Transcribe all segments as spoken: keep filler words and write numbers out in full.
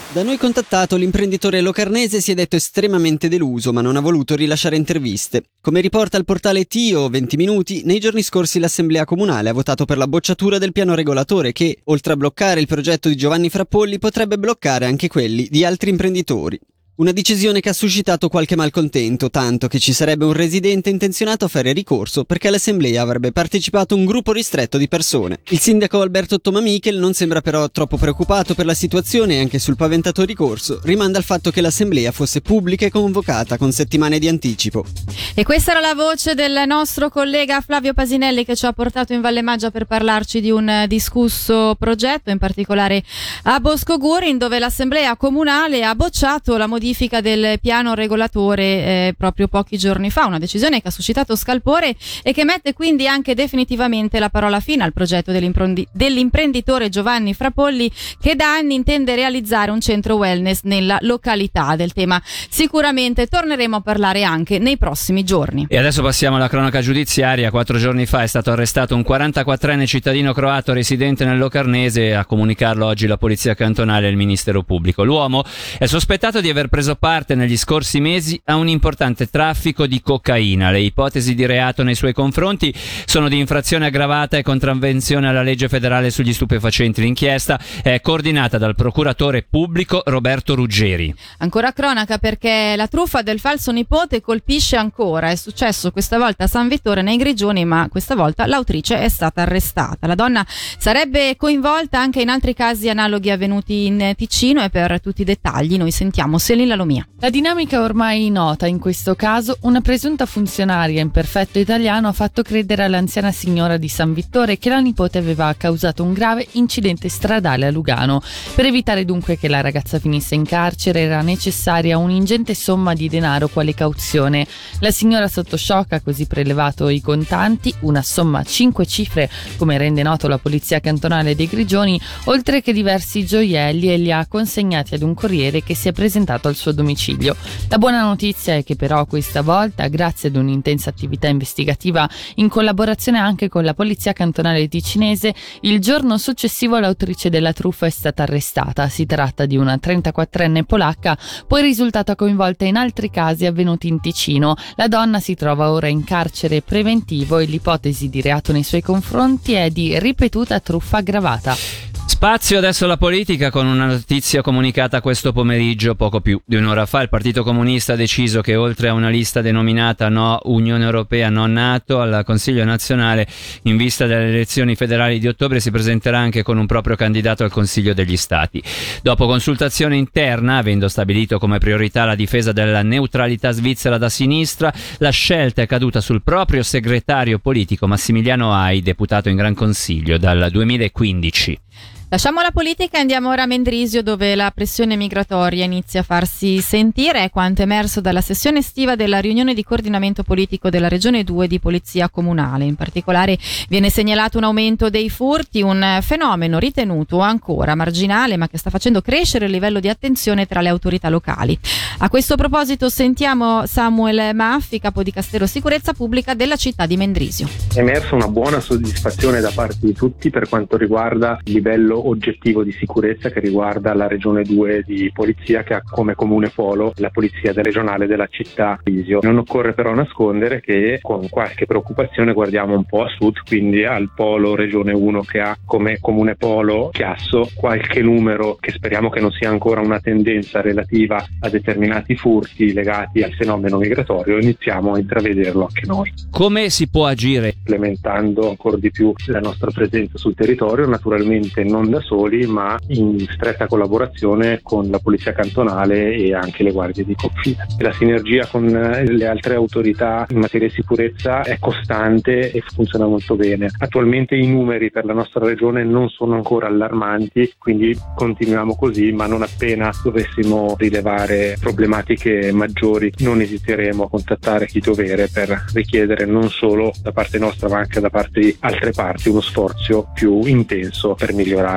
Da noi contattato, l'imprenditore locarnese si è detto estremamente deluso, ma non ha voluto rilasciare interviste. Come riporta il portale Tio venti minuti, nei giorni scorsi l'Assemblea Comunale ha votato per la bocciatura del piano regolatore che, oltre a bloccare il progetto di Giovanni Frappolli, potrebbe bloccare anche quelli di altri imprenditori. Una decisione che ha suscitato qualche malcontento, tanto che ci sarebbe un residente intenzionato a fare ricorso perché all'assemblea avrebbe partecipato un gruppo ristretto di persone. Il sindaco Alberto Tomamichel non sembra però troppo preoccupato per la situazione e anche sul paventato ricorso rimanda al fatto che l'assemblea fosse pubblica e convocata con settimane di anticipo. E questa era la voce del nostro collega Flavio Pasinelli che ci ha portato in Valle Maggia per parlarci di un discusso progetto, in particolare a Boscogurin, dove l'assemblea comunale ha bocciato la modifica del piano regolatore eh, proprio pochi giorni fa, una decisione che ha suscitato scalpore e che mette quindi anche definitivamente la parola fine al progetto dell'imprenditore Giovanni Frappolli, che da anni intende realizzare un centro wellness nella località. Del tema sicuramente torneremo a parlare anche nei prossimi giorni. E adesso passiamo alla cronaca giudiziaria. Quattro giorni fa è stato arrestato un quarantaquattrenne cittadino croato residente nel Locarnese, a comunicarlo oggi la polizia cantonale e il ministero pubblico. L'uomo è sospettato di aver preso parte negli scorsi mesi a un importante traffico di cocaina. Le ipotesi di reato nei suoi confronti sono di infrazione aggravata e contravvenzione alla legge federale sugli stupefacenti. L'inchiesta è coordinata dal procuratore pubblico Roberto Ruggeri. Ancora cronaca, perché la truffa del falso nipote colpisce ancora. È successo questa volta a San Vittore nei Grigioni, ma questa volta l'autrice è stata arrestata. La donna sarebbe coinvolta anche in altri casi analoghi avvenuti in Ticino e per tutti i dettagli noi sentiamo Selina Lumia. La dinamica ormai nota. In questo caso una presunta funzionaria in perfetto italiano ha fatto credere all'anziana signora di San Vittore che la nipote aveva causato un grave incidente stradale a Lugano. Per evitare dunque che la ragazza finisse in carcere era necessaria un'ingente somma di denaro quale cauzione. La signora sotto shock ha così prelevato i contanti, una somma a cinque cifre come rende noto la polizia cantonale dei Grigioni, oltre che diversi gioielli, e li ha consegnati ad un corriere che si è presentato al suo domicilio. La buona notizia è che però questa volta, grazie ad un'intensa attività investigativa in collaborazione anche con la polizia cantonale ticinese, il giorno successivo l'autrice della truffa è stata arrestata. Si tratta di una trentaquattrenne polacca, poi risultata coinvolta in altri casi avvenuti in Ticino. La donna si trova ora in carcere preventivo e l'ipotesi di reato nei suoi confronti è di ripetuta truffa aggravata. Spazio adesso alla politica con una notizia comunicata questo pomeriggio. Poco più di un'ora fa il Partito Comunista ha deciso che oltre a una lista denominata No Unione Europea, No NATO, al Consiglio nazionale in vista delle elezioni federali di ottobre si presenterà anche con un proprio candidato al Consiglio degli Stati. Dopo consultazione interna, avendo stabilito come priorità la difesa della neutralità svizzera da sinistra, la scelta è caduta sul proprio segretario politico Massimiliano Ai, deputato in Gran Consiglio dal duemilaquindici. Lasciamo la politica e andiamo ora a Mendrisio, dove la pressione migratoria inizia a farsi sentire. È quanto emerso dalla sessione estiva della riunione di coordinamento politico della Regione due di Polizia Comunale. In particolare viene segnalato un aumento dei furti, un fenomeno ritenuto ancora marginale ma che sta facendo crescere il livello di attenzione tra le autorità locali. A questo proposito sentiamo Samuel Maffi, capo di Castero Sicurezza Pubblica della città di Mendrisio. È emersa una buona soddisfazione da parte di tutti per quanto riguarda il livello oggettivo di sicurezza che riguarda la regione due di polizia, che ha come comune polo la polizia regionale della città di Mendrisio. Non occorre però nascondere che con qualche preoccupazione guardiamo un po' a sud, quindi al polo regione uno, che ha come comune polo Chiasso. Qualche numero che speriamo che non sia ancora una tendenza relativa a determinati furti legati al fenomeno migratorio, iniziamo a intravederlo anche noi. Come si può agire? Implementando ancora di più la nostra presenza sul territorio, naturalmente non da soli ma in stretta collaborazione con la polizia cantonale e anche le guardie di confine. La sinergia con le altre autorità in materia di sicurezza è costante e funziona molto bene. Attualmente i numeri per la nostra regione non sono ancora allarmanti, quindi continuiamo così, ma non appena dovessimo rilevare problematiche maggiori non esiteremo a contattare chi dovere per richiedere non solo da parte nostra ma anche da parte di altre parti uno sforzo più intenso per migliorare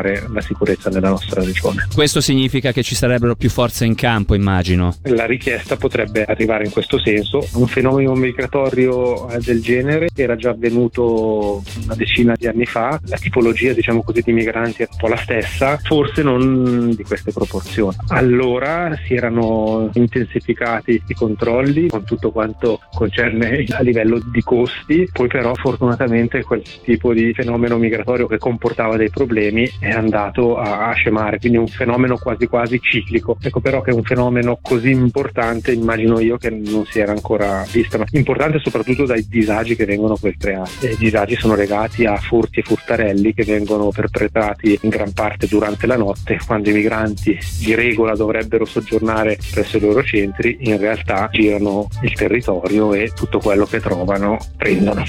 migliorare la sicurezza nella nostra regione. Questo significa che ci sarebbero più forze in campo, immagino. La richiesta potrebbe arrivare in questo senso. Un fenomeno migratorio del genere era già avvenuto una decina di anni fa, la tipologia diciamo così di migranti è un po' la stessa, forse non di queste proporzioni. Allora si erano intensificati i controlli con tutto quanto concerne a livello di costi, poi però fortunatamente quel tipo di fenomeno migratorio che comportava dei problemi è andato a, a scemare, quindi un fenomeno quasi quasi ciclico. Ecco però che un fenomeno così importante immagino io che non si era ancora vista, ma importante soprattutto dai disagi che vengono poi creati. I disagi sono legati a furti e furtarelli che vengono perpetrati in gran parte durante la notte, quando i migranti di regola dovrebbero soggiornare presso i loro centri, in realtà girano il territorio e tutto quello che trovano prendono.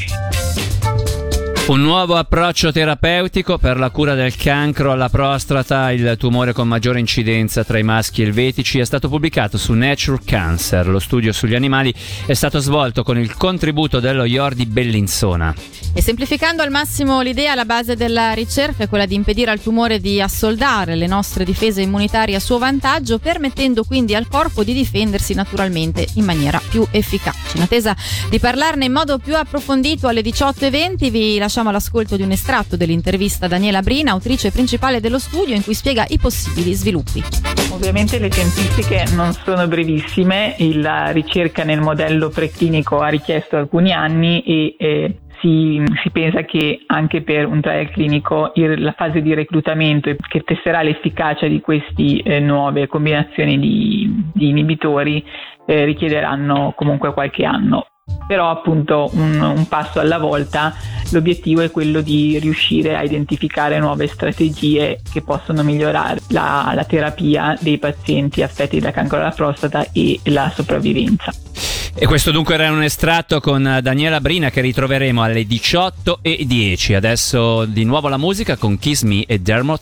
Un nuovo approccio terapeutico per la cura del cancro alla prostata, il tumore con maggiore incidenza tra i maschi elvetici, è stato pubblicato su Nature Cancer. Lo studio sugli animali è stato svolto con il contributo dello I O R di Bellinzona. E semplificando al massimo l'idea, la base della ricerca è quella di impedire al tumore di assoldare le nostre difese immunitarie a suo vantaggio, permettendo quindi al corpo di difendersi naturalmente in maniera più efficace. In attesa di parlarne in modo più approfondito alle diciotto e venti, vi lasciamo all'ascolto di un estratto dell'intervista a Daniela Brina, autrice principale dello studio, in cui spiega i possibili sviluppi. Ovviamente le tempistiche non sono brevissime, la ricerca nel modello preclinico ha richiesto alcuni anni e eh, Si, si pensa che anche per un trial clinico il, la fase di reclutamento che testerà l'efficacia di queste eh, nuove combinazioni di, di inibitori eh, richiederanno comunque qualche anno. Però appunto un, un passo alla volta, l'obiettivo è quello di riuscire a identificare nuove strategie che possono migliorare la, la terapia dei pazienti affetti da cancro alla prostata e la sopravvivenza. E questo dunque era un estratto con Daniela Brina che ritroveremo alle diciotto e dieci. Adesso di nuovo la musica con Kiss Me e Dermot